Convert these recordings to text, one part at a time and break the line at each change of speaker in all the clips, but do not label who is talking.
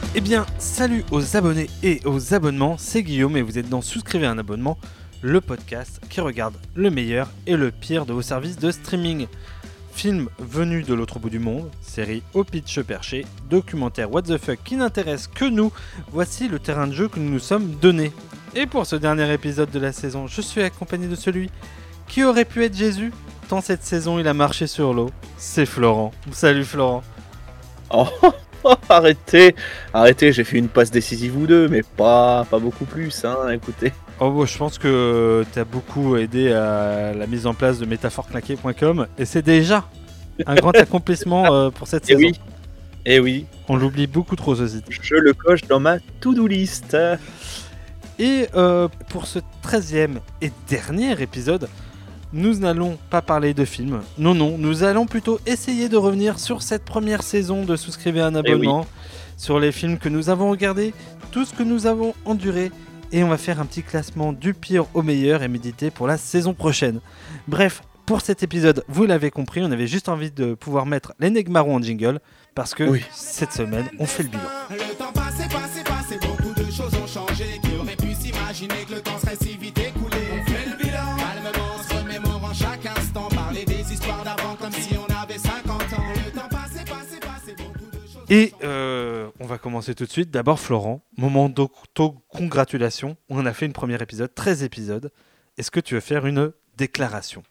Eh bien, salut aux abonnés et aux abonnements, c'est Guillaume et vous êtes dans Souscrivez un abonnement, le podcast qui regarde le meilleur et le pire de vos services de streaming. Films venus de l'autre bout du monde, séries au pitch perché, documentaires what the fuck qui n'intéressent que nous, voici le terrain de jeu que nous nous sommes donné. Et pour ce dernier épisode de la saison, je suis accompagné de celui qui aurait pu être Jésus, tant cette saison il a marché sur l'eau, c'est Florent. Salut Florent.
Oh, arrêtez, j'ai fait une passe décisive ou deux, mais pas beaucoup plus, hein, écoutez.
Oh bon, je pense que tu as beaucoup aidé à la mise en place de métaphoreclaquée.com et c'est déjà un grand accomplissement pour cette saison.
Et oui.
On l'oublie beaucoup trop ce site.
Je le coche dans ma to-do list.
Et pour ce 13e et dernier épisode, nous n'allons pas parler de films. Non, nous allons plutôt essayer de revenir sur cette première saison de Souscrivez un abonnement, sur les films que nous avons regardés, tout ce que nous avons enduré, et on va faire un petit classement du pire au meilleur et méditer pour la saison prochaine. Bref, pour cet épisode, vous l'avez compris, on avait juste envie de pouvoir mettre l'énigmaron en jingle, parce que cette semaine, on fait le bilan.
Le temps passé, beaucoup de choses ont changé. Qui aurait pu s'imaginer que le temps serait si vite écoulé? On fait le bilan, calmement, on se remémorant chaque instant. Parler des histoires d'avant comme si on avait 50 ans. Le temps passé, beaucoup de choses.
Et on va commencer tout de suite. D'abord Florent, moment d'auto-congratulation. On a fait une première épisode, 13 épisodes. Est-ce que tu veux faire une déclaration?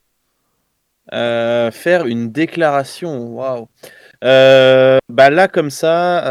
Faire une déclaration, waouh. Là comme ça,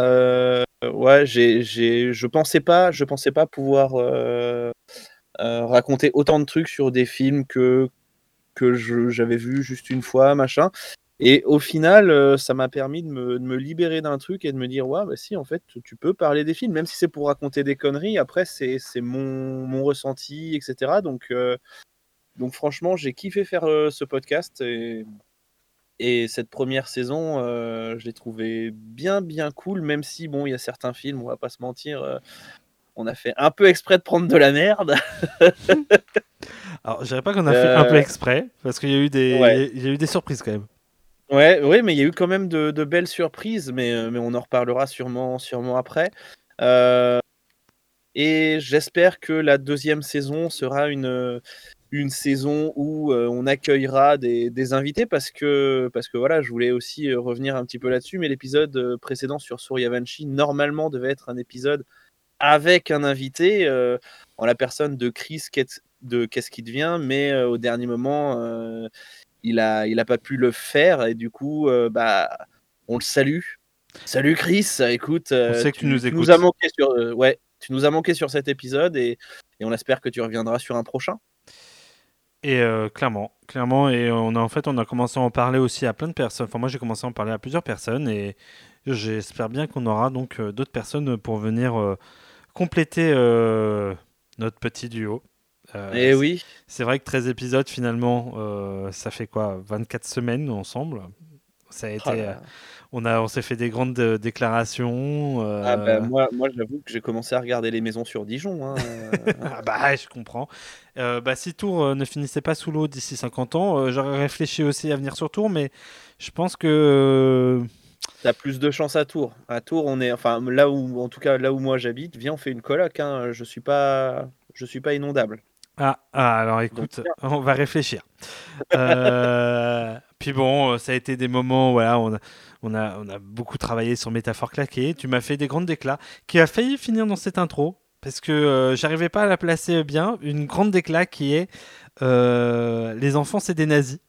je pensais pas pouvoir raconter autant de trucs sur des films que j'avais vu juste une fois, machin. Et au final, ça m'a permis de me libérer d'un truc et de me dire ouais, bah si, en fait, tu peux parler des films, même si c'est pour raconter des conneries. Après, c'est mon ressenti, etc. Donc franchement, j'ai kiffé faire ce podcast et cette première saison, je l'ai trouvé bien cool, même si bon, il y a certains films, on va pas se mentir, on a fait un peu exprès de prendre de la merde.
Alors, je dirais pas qu'on a fait un peu exprès, parce qu'il y a eu des surprises quand même.
Ouais, mais il y a eu quand même de belles surprises, mais on en reparlera sûrement après. Et j'espère que la deuxième saison sera une saison où on accueillera des invités parce que voilà, je voulais aussi revenir un petit peu là-dessus, mais l'épisode précédent sur Souryavanshi normalement devait être un épisode avec un invité en la personne de Chris de Qu'est-ce qui devient, mais au dernier moment il a pas pu le faire et du coup on le salue. Salut Chris, écoute,
On sait que tu nous écoutes.
nous as manqué sur tu nous as manqué sur cet épisode et on espère que tu reviendras sur un prochain.
Et clairement, et on a commencé à en parler aussi à plein de personnes. Enfin, moi, j'ai commencé à en parler à plusieurs personnes et j'espère bien qu'on aura donc d'autres personnes pour venir compléter notre petit duo.
Et oui.
C'est vrai que 13 épisodes, finalement, ça fait quoi, 24 semaines ensemble. Ça a été, on s'est fait des grandes déclarations.
Moi, j'avoue que j'ai commencé à regarder Les Maisons sur Dijon. Hein.
Je comprends. Si Tours ne finissait pas sous l'eau d'ici 50 ans, j'aurais réfléchi aussi à venir sur Tours, mais je pense que...
T'as plus de chance à Tours. À Tours, on est, enfin là où, en tout cas là où moi j'habite, viens, on fait une coloc. Hein. Je suis pas inondable.
Alors écoute, on va réfléchir. Puis bon, ça a été des moments, voilà, on a beaucoup travaillé sur Métaphore claquée. Tu m'as fait des grandes déclats qui a failli finir dans cette intro parce que j'arrivais pas à la placer bien. Une grande déclat qui est les enfants c'est des nazis.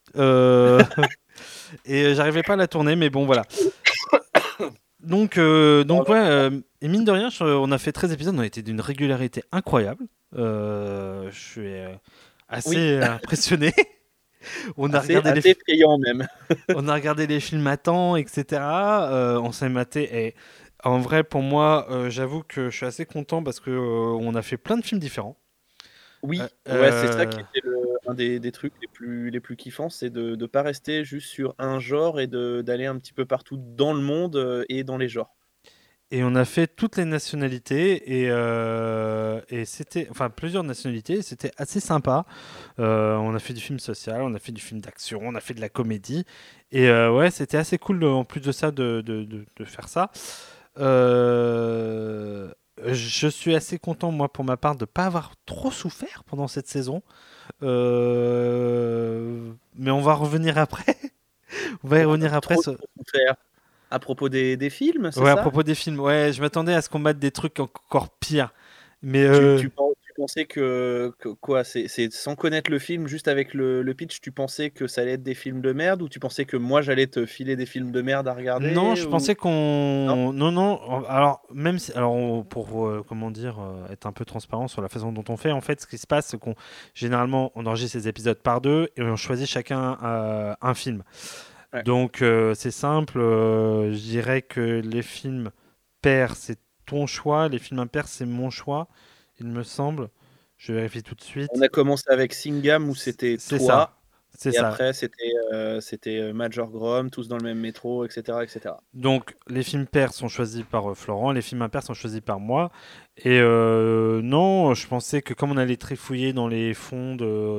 Et j'arrivais pas à la tourner, mais bon voilà. Donc et mine de rien, on a fait 13 épisodes, on a été d'une régularité incroyable. Je suis assez impressionné. On a regardé
effrayant même.
On a regardé les films à temps, etc. On s'est maté et en vrai pour moi, j'avoue que je suis assez content parce que on a fait plein de films différents.
Oui, c'est ça qui était un des trucs les plus kiffants, c'est de ne pas rester juste sur un genre et d'aller un petit peu partout dans le monde et dans les genres.
Et on a fait toutes les nationalités et c'était, enfin plusieurs nationalités, c'était assez sympa. On a fait du film social, on a fait du film d'action, on a fait de la comédie et c'était assez cool en plus de ça de faire ça. Je suis assez content, moi, pour ma part, de ne pas avoir trop souffert pendant cette saison. Mais on va revenir après. On va y revenir après.
Trop faire. À propos des films, c'est
Ouais, à
ça?
propos des films. Ouais, je m'attendais à ce qu'on mette des trucs encore pires. Mais
Tu pensais que quoi, c'est sans connaître le film, juste avec le pitch, tu pensais que ça allait être des films de merde ou tu pensais que moi j'allais te filer des films de merde à
non,
regarder
je
ou
pensais
non?
qu'on. Non, non. Alors, même si. Alors, pour comment dire, être un peu transparent sur la façon dont on fait, en fait, ce qui se passe, c'est qu'on. Généralement, on enregistre ces épisodes par deux et on choisit chacun un film.
Ouais.
Donc, c'est simple. Je dirais que les films pairs, c'est ton choix. Les films impairs, c'est mon choix, il me semble. Je vérifie tout de suite.
On a commencé avec Singam où c'était
C'est
toi
ça. C'est
et
ça.
après c'était Major Grom, tous dans le même métro, etc., etc.
Donc, les films pairs sont choisis par Florent, les films impairs sont choisis par moi. Et non, je pensais que comme on allait trifouiller dans les fonds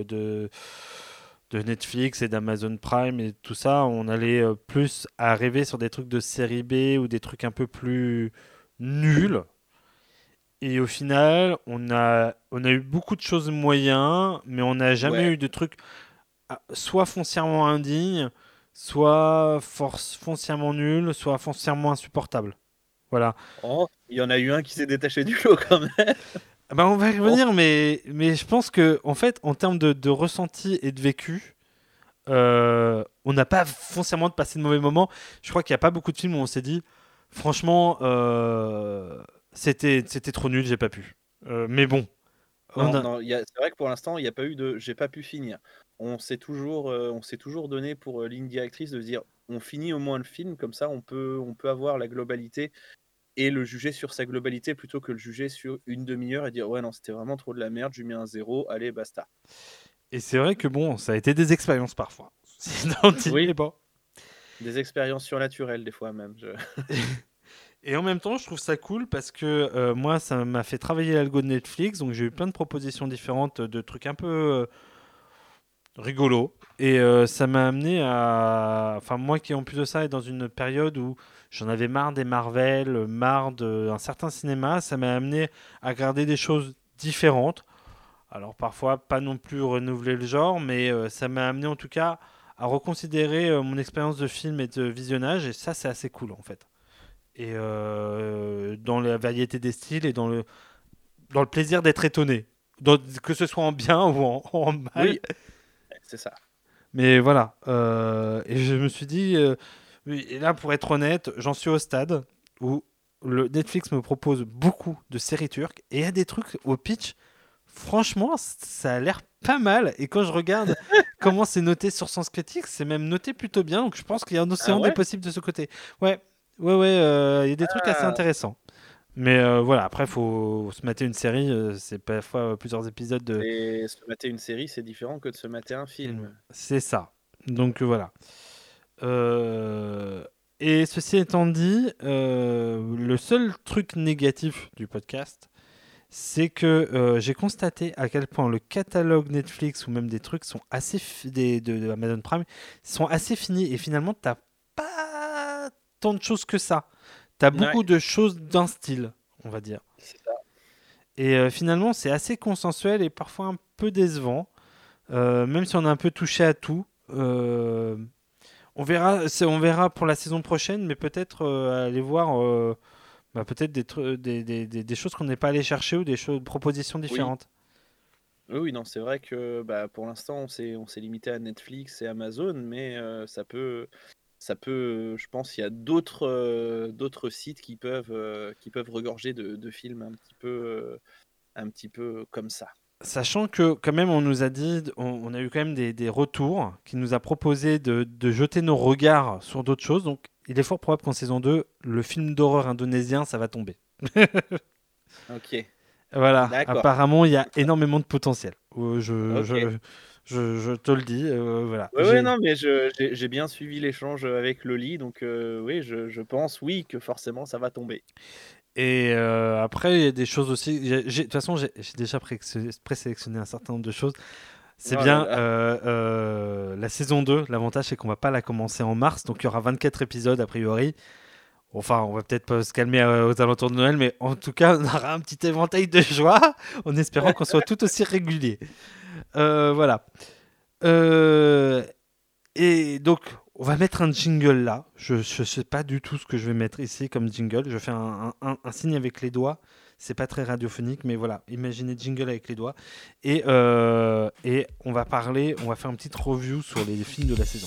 de Netflix et d'Amazon Prime et tout ça, on allait plus arriver sur des trucs de série B ou des trucs un peu plus nuls. Et au final, on a eu beaucoup de choses moyens, mais on n'a jamais
Ouais.
eu de trucs soit foncièrement indignes, soit foncièrement nuls, soit foncièrement insupportables. Voilà.
Oh, il y en a eu un qui s'est détaché du lot quand même.
Ah bah, on va y
Oh,
revenir, mais je pense que en fait, en termes de ressenti et de vécu, on n'a pas foncièrement passé de mauvais moments. Je crois qu'il n'y a pas beaucoup de films où on s'est dit, franchement, c'était trop nul, j'ai pas pu. Mais bon, on
non,
a...
non, c'est vrai que pour l'instant, il n'y a pas eu de j'ai pas pu finir. On s'est toujours donné pour ligne directrice de se dire on finit au moins le film, comme ça on peut avoir la globalité et le juger sur sa globalité plutôt que le juger sur une demi-heure et dire ouais, non, c'était vraiment trop de la merde, je lui mets un zéro, allez, basta.
Et c'est vrai que bon, ça a été des expériences parfois. Sinon,
Oui,
mais bon.
des expériences surnaturelles des fois même.
Et en même temps, je trouve ça cool parce que moi, ça m'a fait travailler l'algo de Netflix, donc j'ai eu plein de propositions différentes de trucs un peu rigolos. Et ça m'a amené à... Enfin, moi qui en plus de ça est dans une période où j'en avais marre des Marvel, marre d'un certain cinéma, ça m'a amené à regarder des choses différentes. Alors parfois, pas non plus renouveler le genre, mais ça m'a amené en tout cas à reconsidérer mon expérience de film et de visionnage, et ça, c'est assez cool en fait. Et dans la variété des styles et dans le plaisir d'être étonné, que ce soit en bien ou en mal.
Oui, c'est ça.
Mais voilà. Et je me suis dit, oui, et là pour être honnête, j'en suis au stade où le Netflix me propose beaucoup de séries turques et il y a des trucs au pitch. Franchement, ça a l'air pas mal. Et quand je regarde comment c'est noté sur Sens Critique, c'est même noté plutôt bien. Donc je pense qu'il y a un
Ah
océan des
ouais?
possibles de ce côté. Ouais, il y a des trucs assez
Ah,
intéressants. Mais voilà, après, faut se mater une série. C'est parfois plusieurs épisodes de.
et se mater une série, c'est différent que de se mater un film.
C'est ça. Donc voilà. Euh, Et ceci étant dit, le seul truc négatif du podcast, c'est que j'ai constaté à quel point le catalogue Netflix ou même des trucs sont assez de Amazon Prime sont assez finis et finalement t'as pas tant de choses que ça. T'as
Ouais,
beaucoup de choses d'un style, on va dire.
c'est ça.
Et finalement c'est assez consensuel et parfois un peu décevant, même si on a un peu touché à tout. On verra pour la saison prochaine, mais peut-être aller voir peut-être des choses qu'on n'est pas allé chercher ou des propositions
Oui.
différentes.
Oui, oui, non, c'est vrai que bah, pour l'instant, on s'est limité à Netflix et Amazon, mais je pense, il y a d'autres sites qui peuvent regorger de films un petit peu comme ça.
Sachant que quand même on nous a dit, on a eu quand même des retours qui nous a proposé de jeter nos regards sur d'autres choses. Donc il est fort probable qu'en saison 2, le film d'horreur indonésien, ça va tomber.
Ok,
Voilà,
d'accord.
apparemment il y a énormément de potentiel.
Ok.
Je te le dis, voilà.
Ouais, ouais, non, mais j'ai bien suivi l'échange avec Loli, donc oui, je pense, oui, que forcément, ça va tomber.
Et après, il y a des choses aussi. De toute façon, j'ai déjà présélectionné un certain nombre de choses. C'est
Oh là
bien,
là.
la saison 2, l'avantage c'est qu'on va pas la commencer en mars, donc il y aura 24 épisodes a priori. Enfin, on va peut-être pas se calmer aux alentours de Noël, mais en tout cas, on aura un petit éventail de joie en espérant qu'on soit tout aussi régulier. Voilà. Euh, et donc, on va mettre un jingle là. Je ne sais pas du tout ce que je vais mettre ici comme jingle. Je fais un signe avec les doigts. C'est pas très radiophonique, mais voilà. Imaginez jingle avec les doigts. Et on va faire une petite review sur les films de la saison.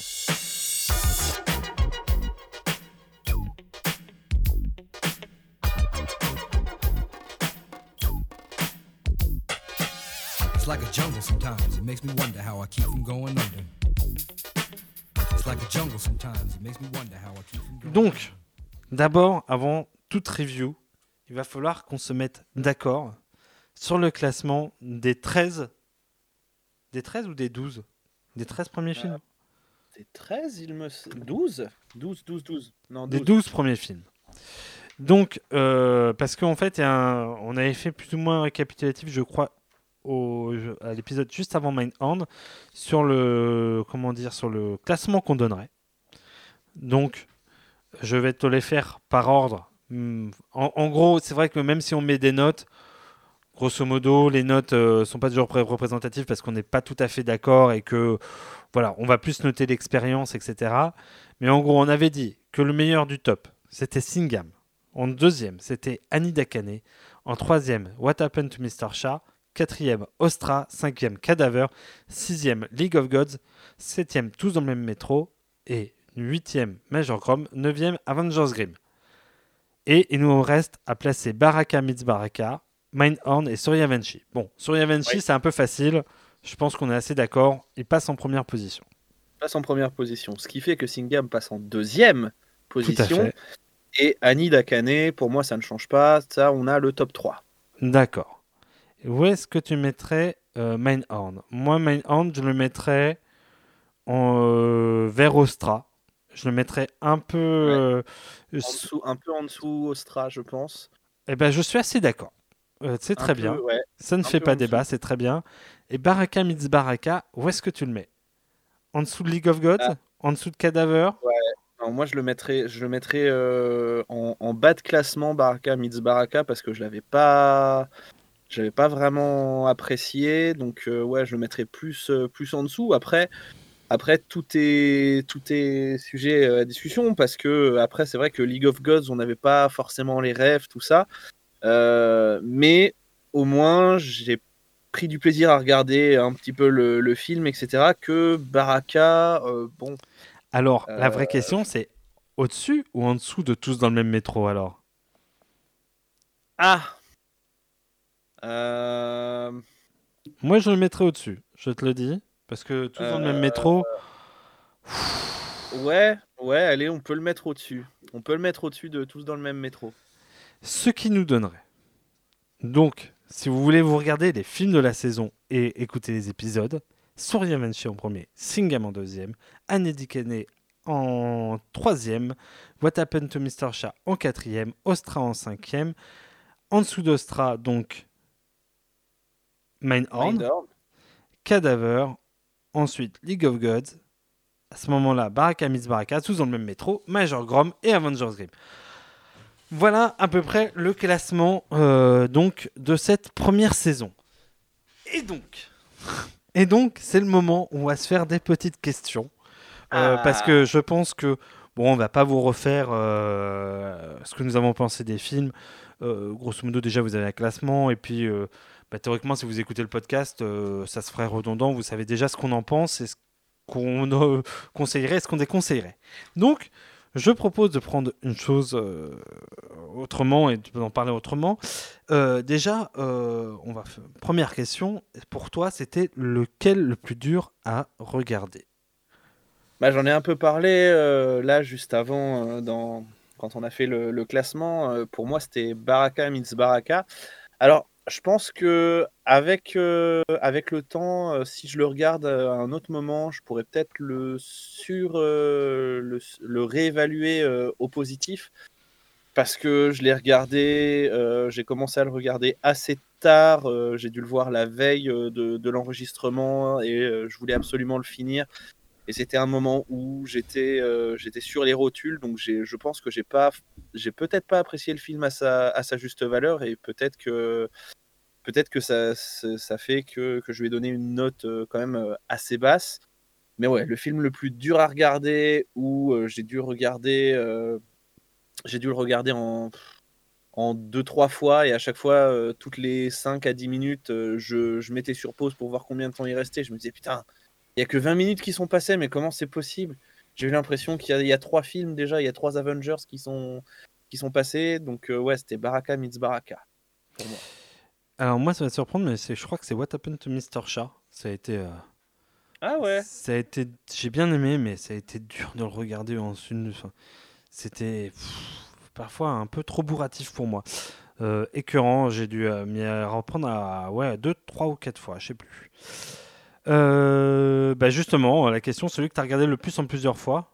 It's like a jungle sometimes. It makes me wonder how I keep from going under. It's like a jungle sometimes. It makes me wonder how I keep from going under.
Donc, d'abord, avant toute review, il va falloir qu'on se mette d'accord sur le classement des 13. Des 13 ou des 12 ? Des 13 premiers films ?
Des 13, 12 12. Non, 12.
Des 12 premiers films. Donc, parce qu'en fait, on avait fait plus ou moins un récapitulatif, je crois, à l'épisode juste avant Mindhorn, sur le classement qu'on donnerait. Donc, je vais te les faire par ordre. En gros, c'est vrai que même si on met des notes, grosso modo, les notes sont pas toujours représentatives parce qu'on n'est pas tout à fait d'accord et que voilà, on va plus noter l'expérience, etc. Mais en gros, on avait dit que le meilleur du top, c'était Singham. En deuxième, c'était Annie Dakane. En troisième, What Happened to Mr. Shah. Quatrième, Ostra. Cinquième, Cadaver. Sixième, League of Gods. Septième, Tous dans le même métro. Et huitième, Major Grom. Neuvième, Avengers Grimm. Et il nous reste à placer Baraka meets Baraka, Mindhorn et Suryavanshi. Bon, Suryavanshi, c'est un peu facile. Je pense qu'on est assez d'accord. Il passe en première position.
Passe en première position. Ce qui fait que Singham passe en deuxième position.
Tout à fait.
Et Annie Dakane, pour moi, ça ne change pas. Ça, on a le top 3.
D'accord. Où est-ce que tu mettrais Mindhorn ? Moi, Mindhorn, je le mettrais vers Ostra. Je le mettrais un peu...
un peu en dessous Ostra, je pense.
Eh ben, je suis assez d'accord. C'est très bien.
Ouais.
Ça ne fait pas débat, c'est très bien. Et Baraka meets Baraka, où est-ce que tu le mets ? En dessous de League of Gods ? En dessous de Cadaver ?
Ouais. Non, moi, je le mettrais en bas de classement Baraka meets Baraka parce que je l'avais pas vraiment apprécié. Donc, ouais, je le mettrais plus en dessous. Après, tout est sujet à discussion parce que après, c'est vrai que League of Gods, on n'avait pas forcément les rêves, tout ça. Mais au moins, j'ai pris du plaisir à regarder un petit peu le film, etc. Que Baraka, bon.
Alors, la vraie question, c'est au-dessus ou en dessous de Tous dans le même métro, alors ? Moi, je le mettrais au-dessus, je te le dis. Parce que Tous dans le même métro...
Ouais, allez, on peut le mettre au-dessus. On peut le mettre au-dessus de Tous dans le même métro.
Ce qui nous donnerait. Donc, si vous voulez vous regarder les films de la saison et écouter les épisodes, Suryavanshi en premier, Singham en deuxième, Annie Dakane en troisième, What Happened to Mr. Shah en quatrième, Ostra en cinquième, en dessous d'Ostra, donc Mindhorn, Cadaver, ensuite League of Gods, à ce moment-là, Baraka meets Baraka, tous dans le même métro, Major Grom et Avengers Grimm. Voilà à peu près le classement donc de cette première saison. Et donc, c'est le moment où on va se faire des petites questions. Parce que je pense que, bon, on va pas vous refaire ce que nous avons pensé des films. Grosso modo, déjà, vous avez un classement. Et puis, théoriquement, si vous écoutez le podcast, ça se ferait redondant. Vous savez déjà ce qu'on en pense et ce qu'on conseillerait et ce qu'on déconseillerait. Donc, je propose de prendre une chose autrement et d'en parler autrement. Déjà, première question, pour toi, c'était lequel le plus dur à regarder ?
J'en ai un peu parlé là juste avant, quand on a fait le classement. Pour moi, c'était Baraka meets Baraka. Alors, je pense que avec le temps, si je le regarde à un autre moment, je pourrais peut-être le réévaluer au positif. Parce que je l'ai regardé, j'ai commencé à le regarder assez tard. J'ai dû le voir la veille de l'enregistrement et je voulais absolument le finir. Et c'était un moment où j'étais sur les rotules, donc je pense que j'ai peut-être pas apprécié le film à sa juste valeur, et peut-être que ça fait que je lui ai donné une note quand même assez basse. Mais ouais, le film le plus dur à regarder, où j'ai dû le regarder en 2-3 fois, et à chaque fois, toutes les 5 à 10 minutes, je mettais sur pause pour voir combien de temps il restait. Je me disais, putain, il n'y a que 20 minutes qui sont passées, mais comment c'est possible? J'ai eu l'impression qu'il y a 3 films déjà, il y a 3 Avengers qui sont passés. Donc ouais, c'était Baraka meets Baraka pour moi.
Alors moi, ça va te surprendre, mais je crois que c'est What Happened to Mr. Shah. Ça a été...
Ah ouais.
J'ai bien aimé, mais ça a été dur de le regarder c'était parfois un peu trop bourratif pour moi. Écœurant, j'ai dû m'y reprendre à 2, 3 ou 4 fois, je sais plus. Justement, la question, celui que tu as regardé le plus en plusieurs fois.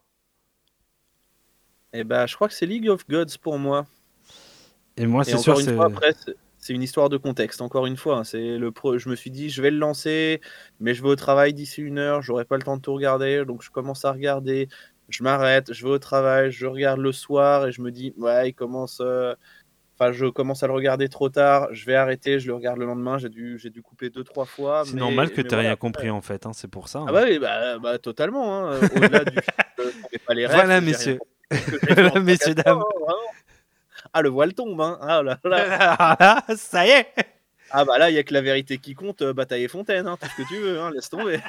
Et je crois que c'est League of Gods pour moi.
Et moi, c'est sûr,
une fois, après, c'est une histoire de contexte. Encore une fois, je me suis dit, je vais le lancer, mais je vais au travail d'ici 1 heure, j'aurai pas le temps de tout regarder, donc je commence à regarder, je m'arrête, je vais au travail, je regarde le soir, et je me dis, ouais, je commence à le regarder trop tard, je vais arrêter, je le regarde le lendemain, j'ai dû couper 2-3 fois.
C'est normal que tu n'aies rien compris en fait, c'est pour ça.
Ah bah oui, totalement. Au-delà du film, pas les rêves.
Voilà, messieurs. Voilà, messieurs, dames.
Ah, le voile tombe, hein. Ah là là.
Ça y est.
Ah bah là, il n'y a que la vérité qui compte, Bataille et Fontaine, hein, tout ce que tu veux, hein, laisse tomber.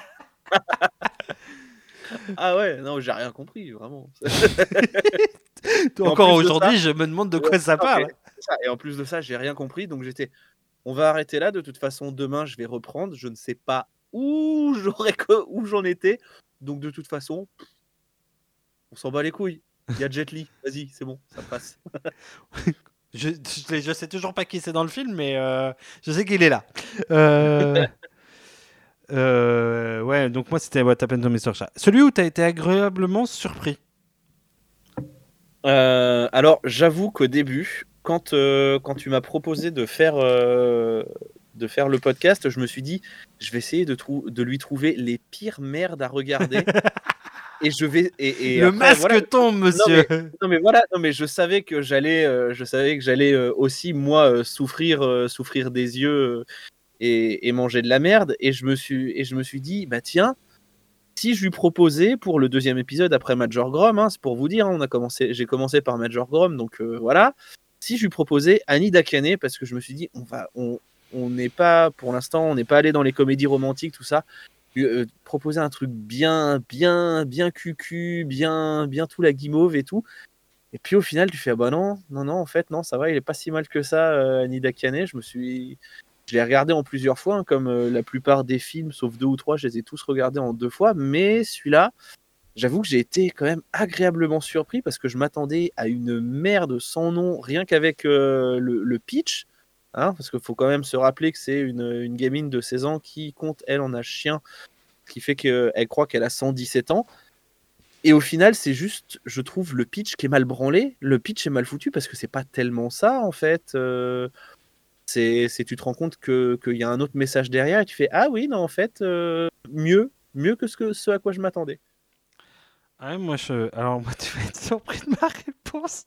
Ah ouais, non, j'ai rien compris, vraiment.
Encore aujourd'hui, je me demande de quoi ça parle.
Et en plus de ça, j'ai rien compris, donc on va arrêter là, de toute façon, demain, je vais reprendre, je ne sais pas où j'en étais, donc de toute façon, on s'en bat les couilles. Il y a Jet Li, vas-y, c'est bon, ça passe.
Je sais toujours pas qui c'est dans le film, mais je sais qu'il est là. Ouais, donc moi c'était What Happened to Mr. Shah. Celui où tu as été agréablement surpris.
Alors, j'avoue qu'au début, quand tu m'as proposé de faire le podcast, je me suis dit, je vais essayer de lui trouver les pires merdes à regarder. Et je vais
le après, masque tombe, monsieur.
Non mais voilà, je savais que j'allais aussi moi souffrir des yeux et manger de la merde, et je me suis dit, bah tiens, si je lui proposais pour le 2e épisode après Major Grom, hein, c'est pour vous dire, hein, j'ai commencé par Major Grom, donc voilà. Si je lui proposais Annie Dakane, parce que je me suis dit, on n'est pas, pour l'instant, on n'est pas allé dans les comédies romantiques, tout ça. Proposer un truc bien cucu, bien tout la guimauve et tout. Et puis au final, tu fais, ah bah non, en fait, non, ça va, il est pas si mal que ça, Annie Dakane. Je l'ai regardé en plusieurs fois, hein, comme la plupart des films, sauf 2 ou 3, je les ai tous regardés en 2 fois. Mais celui-là, j'avoue que j'ai été quand même agréablement surpris, parce que je m'attendais à une merde sans nom, rien qu'avec le pitch. Hein, parce qu'il faut quand même se rappeler que c'est une gamine de 16 ans qui compte, elle, en âge chien, ce qui fait qu'elle croit qu'elle a 117 ans. Et au final, c'est juste, je trouve, le pitch qui est mal branlé. Le pitch est mal foutu, parce que c'est pas tellement ça, en fait. Tu te rends compte qu'il y a un autre message derrière, et tu fais, ah oui, non, en fait, mieux que ce à quoi je m'attendais.
Ouais, alors, moi, tu vas être surpris de ma réponse.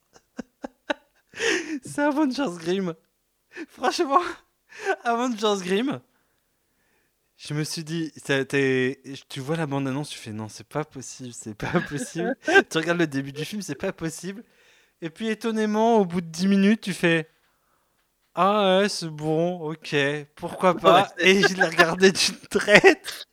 C'est Avengers Grimm. Franchement, Avengers Grimm, je me suis dit, tu vois la bande-annonce, tu fais non, c'est pas possible. Tu regardes le début du film, c'est pas possible. Et puis étonnamment, au bout de 10 minutes, tu fais ah ouais, c'est bon, ok, pourquoi pas. Et je l'ai regardé d'une traite.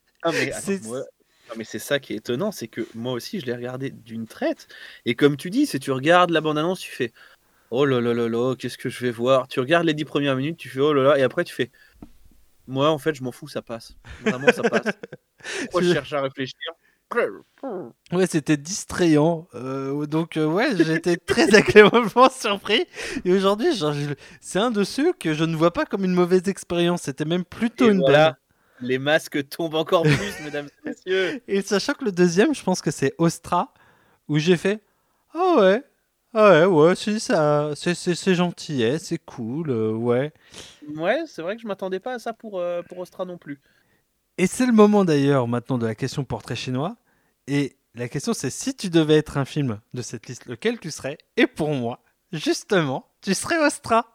Mais c'est ça qui est étonnant, c'est que moi aussi, je l'ai regardé d'une traite. Et comme tu dis, si tu regardes la bande-annonce, tu fais oh là là là là, qu'est-ce que je vais voir? Tu regardes les 10 premières minutes, tu fais oh là là, et après tu fais moi, en fait, je m'en fous, ça passe. Vraiment, ça passe. Pourquoi je cherche à réfléchir?
Ouais, c'était distrayant. Donc, ouais, j'étais très agréablement surpris. Et aujourd'hui, c'est un de ceux que je ne vois pas comme une mauvaise expérience. C'était même plutôt une bonne.
Les masques tombent encore plus, mesdames et messieurs.
Et sachant que le deuxième, je pense que c'est Ostra, où j'ai fait ah ouais. Ouais, c'est gentil, c'est cool, ouais.
Ouais, c'est vrai que je m'attendais pas à ça pour Ostra non plus.
Et c'est le moment d'ailleurs maintenant de la question portrait chinois. Et la question, c'est si tu devais être un film de cette liste, lequel tu serais? Et pour moi, justement, tu serais Ostra.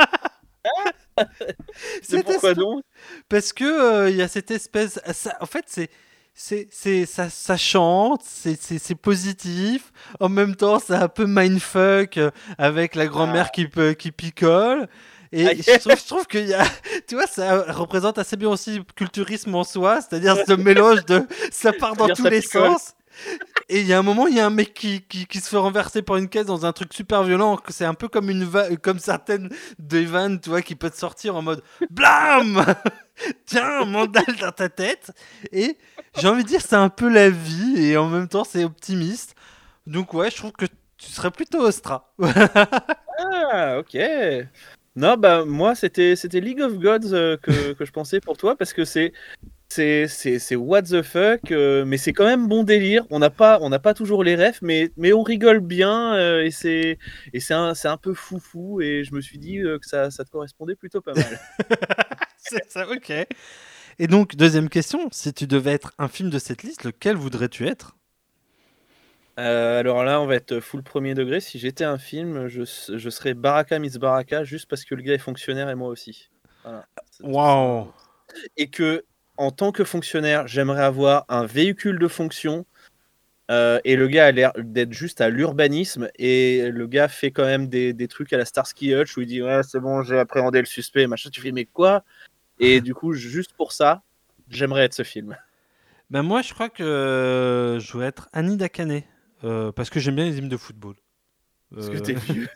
C'est pourquoi donc?
Parce que y a cette espèce. En fait, ça chante, c'est positif. En même temps, c'est un peu mindfuck avec la grand-mère qui picole. Et je trouve qu'il y a. Tu vois, ça représente assez bien aussi le culturisme en soi, c'est-à-dire ce mélange de. Ça part dans tous les sens. Et il y a un moment, il y a un mec qui se fait renverser par une caisse dans un truc super violent. C'est un peu comme comme certaines des vannes, tu vois, qui peuvent sortir en mode BLAM. Tiens, un mandal dans ta tête. Et j'ai envie de dire, c'est un peu la vie et en même temps, c'est optimiste. Donc, ouais, je trouve que tu serais plutôt Ostra.
Ah, ok. Non, bah, moi, c'était League of Gods que je pensais pour toi parce que c'est what the fuck, mais c'est quand même bon délire. On n'a pas toujours les refs, mais on rigole bien et c'est un peu foufou. Et je me suis dit que ça te correspondait plutôt pas mal.
C'est ça, ok. Et donc, deuxième question, si tu devais être un film de cette liste, lequel voudrais-tu être?
Alors là, on va être full premier degré. Si j'étais un film, je serais Baraka Miss Baraka juste parce que le gars est fonctionnaire et moi aussi. Voilà.
Waouh.
Et que, en tant que fonctionnaire, j'aimerais avoir un véhicule de fonction. Et le gars a l'air d'être juste à l'urbanisme. Et le gars fait quand même des trucs à la Starsky Hutch où il dit ouais, c'est bon, j'ai appréhendé le suspect. Machin. Tu fais mais quoi? Et du coup, juste pour ça, j'aimerais être ce film.
Ben moi, je crois que je vais être Annie Dakane. Parce que j'aime bien les hymnes de football.
Parce que t'es vieux.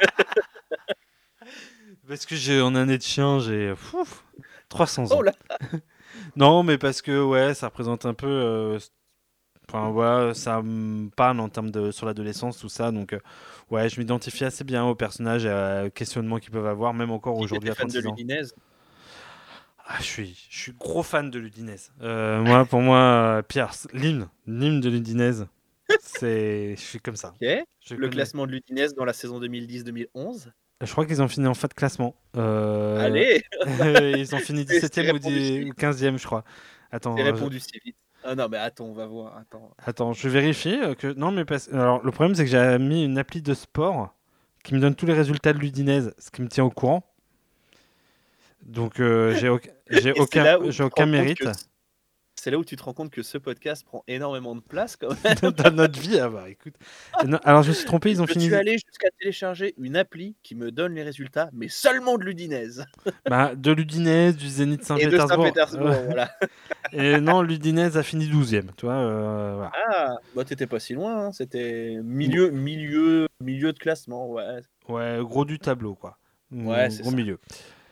Parce que j'ai en année de chien, j'ai 300 ans.
Oh là.
Non, mais parce que ouais, ça représente un peu. Enfin ouais, ça me parle en termes de sur l'adolescence tout ça. Donc ouais, je m'identifie assez bien aux personnages et aux questionnements qu'ils peuvent avoir, même encore aujourd'hui à
fan de
36 ans.
l'Udinese.
Ah, je suis gros fan de l'Udinese. Moi, pour moi, Pierre, l'hymne de l'Udinese, je suis comme ça.
Ok. Le classement de l'Udinese dans la saison 2010-2011.
Je crois qu'ils ont fini en fin de classement.
Allez.
Ils ont fini 17e ou 15e, je crois. Attends.
J'ai répondu si vite. Ah non, mais attends, on va voir.
Attends, je vérifie que non, mais alors le problème c'est que j'ai mis une appli de sport qui me donne tous les résultats de l'Udinese, ce qui me tient au courant. Donc j'ai aucun mérite.
C'est là où tu te rends compte que ce podcast prend énormément de place quand même.
Dans notre vie. Ah bah écoute. Non, alors je me suis trompé, ils ont fini.
Je suis allé jusqu'à télécharger une appli qui me donne les résultats, mais seulement de l'Udinese.
Bah, de l'Udinese, du Zénith Saint-Pétersbourg.
Et de Saint-Pétersbourg, voilà.
Et non, l'Udinese a fini 12e, tu vois. Voilà.
Ah, bah t'étais pas si loin, hein. C'était milieu de classement, ouais.
Ouais, gros du tableau, quoi.
Ouais, c'est
gros
ça.
milieu.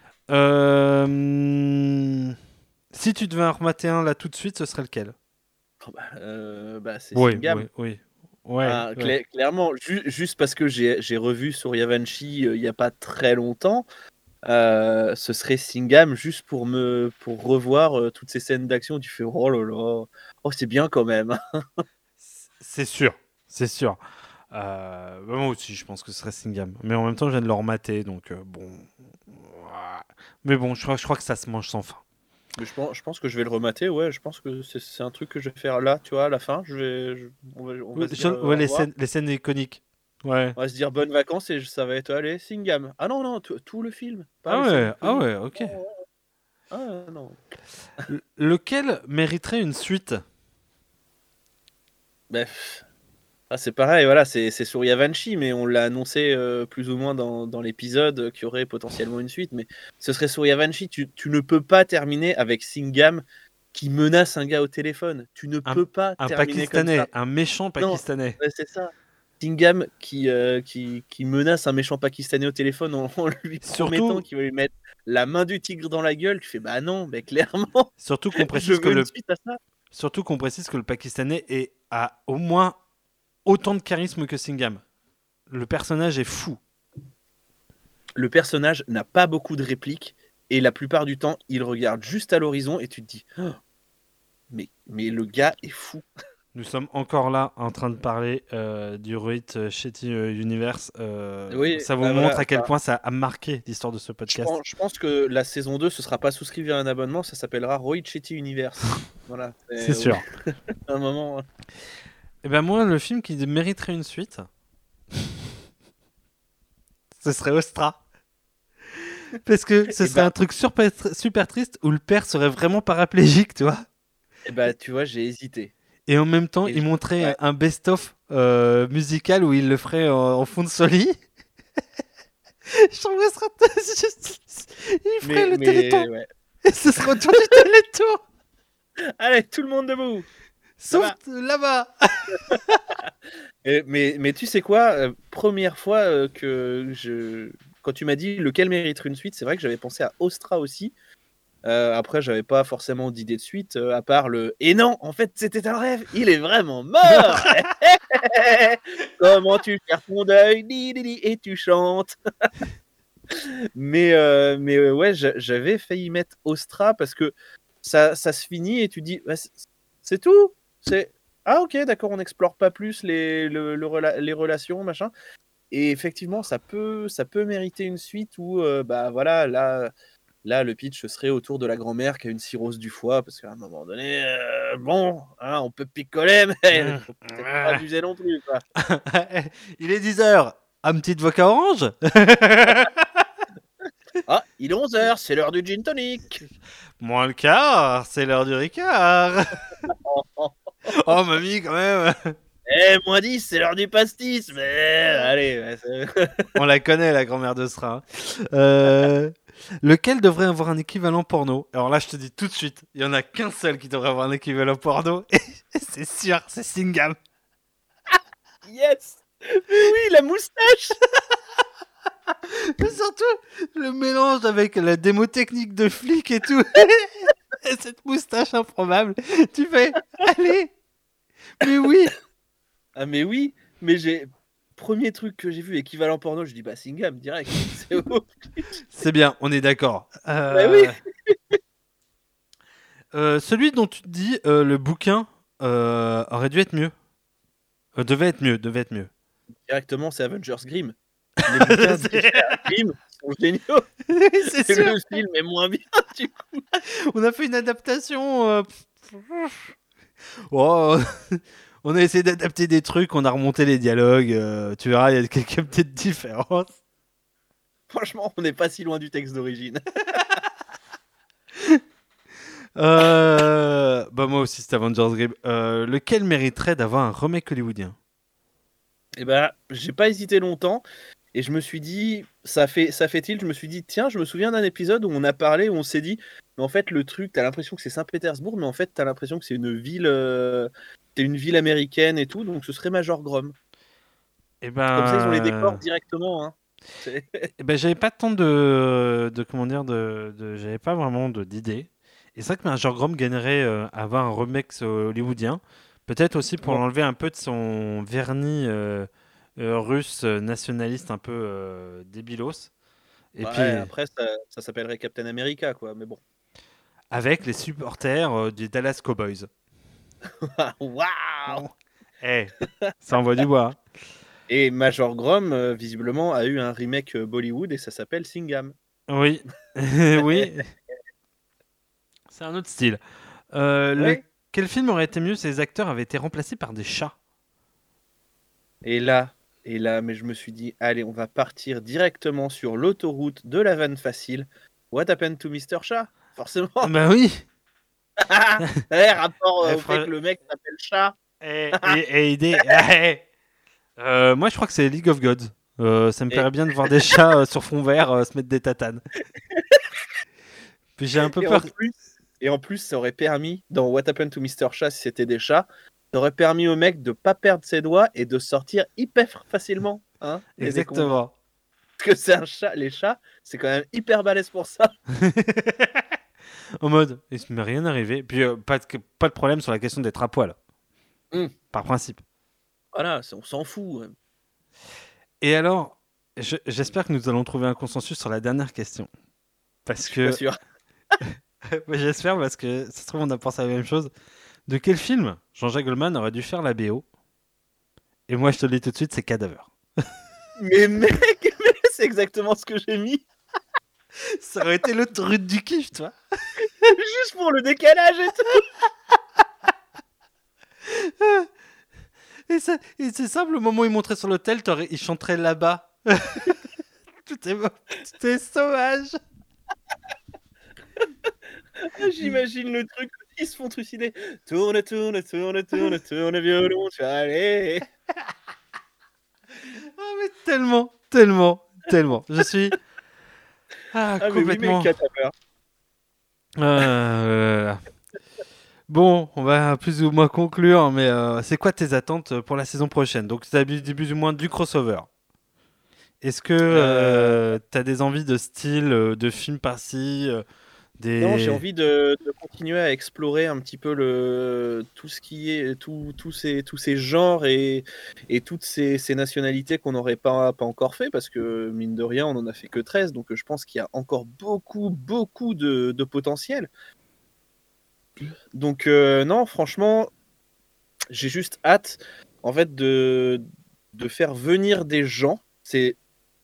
Si tu devais en remater un là tout de suite, ce serait lequel?
C'est Singam.
Oui. Ouais.
Clairement, juste parce que j'ai revu sur Yavanchi il n'y a pas très longtemps, ce serait Singam juste pour revoir toutes ces scènes d'action où tu fais oh là là, oh c'est bien quand même.
C'est sûr. Moi aussi, je pense que ce serait Singam. Mais en même temps, je viens de le remater, donc bon. Mais bon, je crois que ça se mange sans fin.
Mais je pense que je vais le remater, ouais. Je pense que c'est un truc que je vais faire là, tu vois, à la fin. On va se dire,
les scènes iconiques. Ouais.
On va se dire bonnes vacances et ça va être allez, Singam. Ah non, tout le film.
Ok.
Ah non.
Lequel mériterait une suite?
Bref. Ah, c'est pareil, voilà, c'est sur Yavanchi, mais on l'a annoncé plus ou moins dans l'épisode qu'il y aurait potentiellement une suite. Mais ce serait sur Yavanchi. Tu ne peux pas terminer avec Singam qui menace un gars au téléphone. Tu ne peux pas terminer
Pakistanais,
comme ça.
un méchant Pakistanais.
Non, c'est ça. Singam qui menace un méchant Pakistanais au téléphone en lui promettant qu'il va lui mettre la main du tigre dans la gueule. Tu fais bah non, mais clairement.
Surtout qu'on précise que le Pakistanais a au moins autant de charisme que Singam. Le personnage est fou.
Le personnage n'a pas beaucoup de répliques et la plupart du temps, il regarde juste à l'horizon et tu te dis oh, mais le gars est fou.
Nous sommes encore là en train de parler du Rohit Shetty Universe.
Oui,
ça vous
bah
montre
voilà,
à quel
ça-
point ça a marqué l'histoire de ce podcast.
Je pense que la saison 2, ce sera pas souscrit à un abonnement, ça s'appellera Roy Chetty Universe. Voilà.
C'est sûr.
À un moment.
Et ben moi, le film qui mériterait une suite, ce serait Ostra. Parce que ce
Eh
serait
ben-
un truc super triste où le père serait vraiment paraplégique, tu vois.
Et bah, tu vois, j'ai hésité.
Et en même temps,
Et
il montrait
ouais.
un best-of musical où il le ferait en fond de soli. Je trouve que ce serait... Il ferait le Téléthon.
ouais.
Et ce serait autour du Téléthon.
Allez, tout le monde debout.
Sauf là-bas.
Mais tu sais quoi, première fois quand tu m'as dit lequel mériterait une suite, c'est vrai que j'avais pensé à Ostra aussi. Après, j'avais pas forcément d'idée de suite, à part le. Et non, en fait, c'était un rêve. Il est vraiment mort. Comment tu fais ton deuil, et tu chantes. mais ouais, j'avais failli mettre Ostra parce que ça se finit et tu dis, bah, c'est tout. Ah ok, d'accord, on n'explore pas plus les relations, machin. Et effectivement, ça peut mériter une suite où, bah voilà, là, le pitch serait autour de la grand-mère qui a une cirrhose du foie, parce qu'à un moment donné, bon, hein, on peut picoler, mais faut peut-être pas abuser non plus, quoi.
Il est 10h. Un petit vodka orange.
Ah, il est 11h, c'est l'heure du gin tonic.
Moins le quart, c'est l'heure du Ricard. Oh, mamie, quand même.
Moins 10, c'est l'heure du pastis. Mais allez,
On la connaît, la grand-mère de Sra. Lequel devrait avoir un équivalent porno? Alors là, je te dis tout de suite, il y en a qu'un seul qui devrait avoir un équivalent porno. Et c'est sûr, c'est Singham.
yes. Mais oui, la moustache.
Mais surtout, le mélange avec la démo technique de flic et tout. Et cette moustache improbable. Tu fais, allez. Mais oui.
Ah mais oui, mais premier truc que j'ai vu équivalent porno, je dis bah Singham direct. C'est ouf.
C'est bien, on est d'accord.
Bah oui.
Celui dont tu te dis le bouquin aurait dû être mieux. Devait être mieux.
Directement, c'est Avengers Grimm. Les bouquins de Grimm sont géniaux.
Oui, c'est sûr.
Le film est moins bien, du coup.
On a fait une adaptation. Oh, on a essayé d'adapter des trucs, on a remonté les dialogues. Tu verras, il y a quelques petites différences.
Franchement, on n'est pas si loin du texte d'origine.
Bah moi aussi, c'est Avengers Grimm. Lequel mériterait d'avoir un remake hollywoodien?
Et bah, j'ai pas hésité longtemps. Et je me suis dit, ça fait tilt. Je me suis dit, tiens, je me souviens d'un épisode où on a parlé, où on s'est dit, mais en fait, le truc, t'as l'impression que c'est Saint-Pétersbourg, mais en fait, t'as l'impression que c'est une ville américaine et tout, donc ce serait Major Grom.
Et ben,
Comme ça, ils ont les décors directement. Hein.
Et ben, j'avais pas tant de comment dire, j'avais pas vraiment d'idées. Et c'est vrai que Major Grom gagnerait à avoir un remake hollywoodien. Peut-être aussi pour l'enlever un peu de son vernis russe nationaliste un peu débilos. Et puis
Après, ça s'appellerait Captain America, quoi. Mais bon.
avec les supporters des Dallas Cowboys.
Waouh.
Ça envoie du bois.
Et Major Grom, visiblement, a eu un remake Bollywood et ça s'appelle Singham.
Oui, oui. C'est un autre style. Quel film aurait été mieux si les acteurs avaient été remplacés par des chats?
Et là, mais je me suis dit, allez, on va partir directement sur l'autoroute de la vanne facile. What happened to Mr. Chat? Forcément.
Bah oui.
Rapport au fait que le mec s'appelle Chat.
Et idée. Moi, je crois que c'est League of Gods. Ça me plairait bien de voir des chats sur fond vert se mettre des tatanes. Puis j'ai un peu peur.
Et en plus, ça aurait permis, dans What Happened to Mr. Chat, si c'était des chats, ça aurait permis au mec de pas perdre ses doigts et de sortir hyper facilement. Hein,
exactement.
Parce que c'est un chat. Les chats, c'est quand même hyper balèze pour ça.
En mode, il ne m'est rien arrivé. Puis pas de problème sur la question d'être à poil. Par principe.
Voilà, on s'en fout.
Et alors, j'espère que nous allons trouver un consensus sur la dernière question. Parce que...
Pas sûr.
J'espère, parce que ça se trouve, on a pensé à la même chose. De quel film Jean-Jacques Goldman aurait dû faire la BO? Et moi, je te le dis tout de suite, c'est Cadaver.
Mais mec, c'est exactement ce que j'ai mis.
Ça aurait été l'autoroute du kiff, toi.
Juste pour le décalage et tout.
Et c'est simple, le moment où il montrait sur l'hôtel, il chanterait là-bas. Tout est beau, tout est sauvage.
J'imagine le truc, ils se font trucider. Tourne, tourne, tourne, tourne, tourne, violon, tu vas aller.
Oh, mais tellement, tellement, tellement. Je suis complètement.
Mais oui, mais Cadaver.
Bon, on va plus ou moins conclure, mais c'est quoi tes attentes pour la saison prochaine? Donc, tu as dit plus ou moins du crossover. Est-ce que tu as des envies de style, de film par-ci
Non, j'ai envie de continuer à explorer un petit peu tout ce qui est tous ces genres et toutes ces nationalités qu'on n'aurait pas encore fait, parce que mine de rien on en a fait que 13, donc je pense qu'il y a encore beaucoup de potentiel. Donc non, franchement, j'ai juste hâte en fait de faire venir des gens. C'est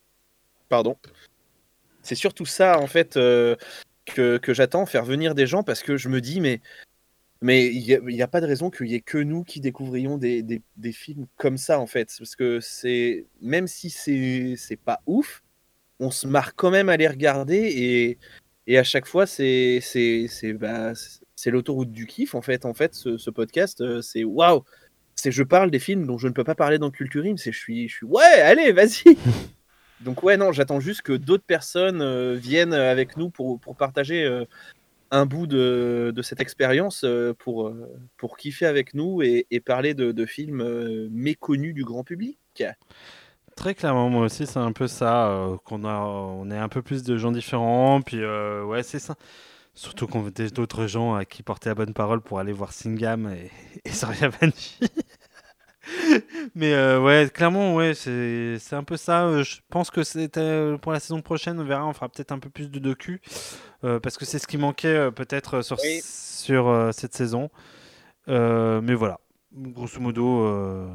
surtout ça en fait que j'attends, faire venir des gens, parce que je me dis mais il y a pas de raison qu'il y ait que nous qui découvrions des films comme ça en fait, parce que c'est, même si c'est pas ouf, on se marre quand même à les regarder, et à chaque fois c'est l'autoroute du kiff en fait ce podcast, c'est waouh, je parle des films dont je ne peux pas parler dans Culture Im, je suis ouais, allez, vas-y. Donc ouais, non, j'attends juste que d'autres personnes viennent avec nous pour partager un bout de cette expérience, pour kiffer avec nous et parler de films méconnus du grand public.
Très clairement, moi aussi, c'est un peu ça, on est un peu plus de gens différents, puis ouais, c'est ça. Surtout qu'on veut d'autres gens à qui porter la bonne parole pour aller voir Singham et Soria Banshee. Mais ouais, clairement, ouais, c'est un peu ça. Je pense que c'était pour la saison prochaine, on verra, on fera peut-être un peu plus de docu, parce que c'est ce qui manquait peut-être sur cette saison. Mais voilà, grosso modo,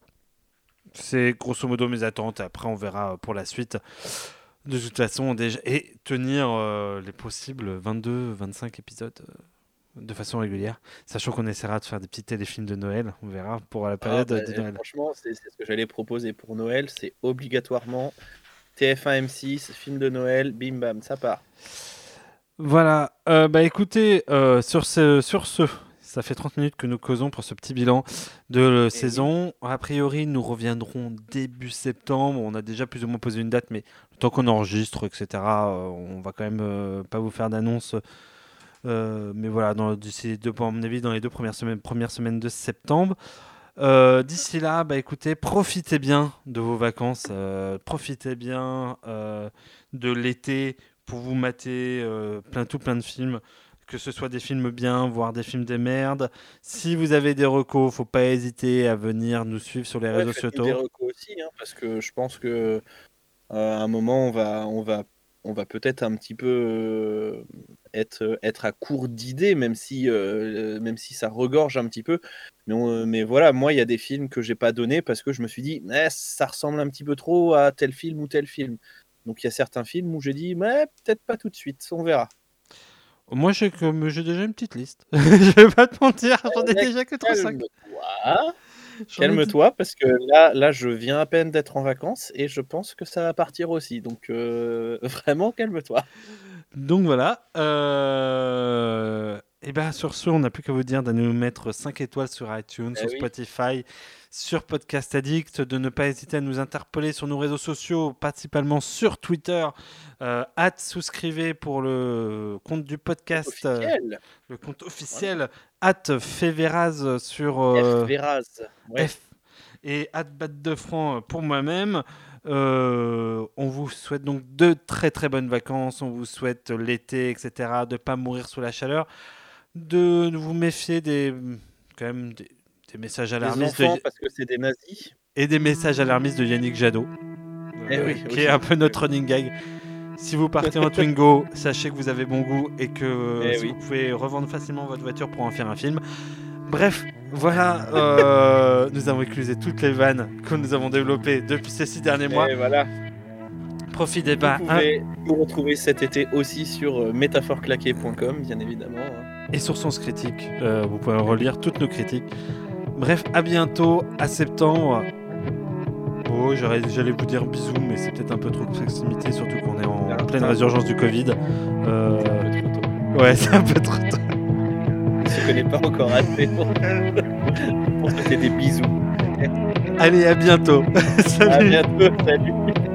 c'est grosso modo mes attentes. Après, on verra pour la suite. De toute façon, déjà, et tenir les possibles 22-25 épisodes de façon régulière, sachant qu'on essaiera de faire des petits téléfilms de Noël, on verra pour la période de Noël.
Franchement, c'est ce que j'allais proposer pour Noël, c'est obligatoirement TF1 M6, film de Noël, bim bam, ça part.
Voilà, bah écoutez, sur ce, ça fait 30 minutes que nous causons pour ce petit bilan de la saison. Oui. A priori, nous reviendrons début septembre. On a déjà plus ou moins posé une date, mais le temps qu'on enregistre, etc., on va quand même pas vous faire d'annonce. Mais voilà, d'ici à mon avis, dans les premières semaines de septembre. D'ici là, bah écoutez, profitez bien de vos vacances, profitez bien de l'été pour vous mater plein de films, que ce soit des films bien, voire des films de merde. Si vous avez des recos, faut pas hésiter à venir nous suivre sur les réseaux sociaux.
Des recos aussi, hein, parce que je pense que à un moment on va peut-être un petit peu être à court d'idées, même si ça regorge un petit peu. Mais voilà, moi il y a des films que j'ai pas donnés parce que je me suis dit ça ressemble un petit peu trop à tel film ou tel film. Donc il y a certains films où j'ai dit peut-être pas tout de suite, on verra.
Moi j'ai déjà une petite liste. Je vais pas te mentir, j'en ai déjà que 3-5.
Calme-toi, parce que là, je viens à peine d'être en vacances et je pense que ça va partir aussi. Donc, vraiment, calme-toi.
Donc voilà. Et bien sur ce, on n'a plus qu'à vous dire de nous mettre 5 étoiles sur iTunes, sur Spotify, sur Podcast Addict, de ne pas hésiter à nous interpeller sur nos réseaux sociaux, principalement sur Twitter. @souscrivez pour le compte du podcast, le compte officiel, @feveraz sur
Feveraz, ouais.
Et @batdefranc pour moi-même. On vous souhaite donc de très très bonnes vacances, on vous souhaite l'été, etc., de ne pas mourir sous la chaleur, de vous méfier des messages alarmistes,
parce que c'est des nazis,
et des messages alarmistes de Yannick Jadot, qui est un peu notre running gag. Si vous partez en Twingo, sachez que vous avez bon goût et que vous pouvez revendre facilement votre voiture pour en faire un film. Bref, voilà, nous avons éclusé toutes les vannes que nous avons développées depuis ces 6 derniers mois.
Et voilà.
Profitez pas.
Vous pouvez nous retrouver cet été aussi sur métaphoreclaquée.com, bien évidemment.
Et sur Sens Critique, vous pouvez relire toutes nos critiques. Bref, à bientôt, à septembre. Oh, j'allais vous dire bisous, mais c'est peut-être un peu trop de proximité, surtout qu'on est en pleine résurgence du Covid.
C'est un peu trop tôt.
Ouais, c'est un peu trop tôt.
Je ne connais pas encore assez pour souhaiter des bisous.
Allez, à bientôt.
À
Salut.
bientôt, salut.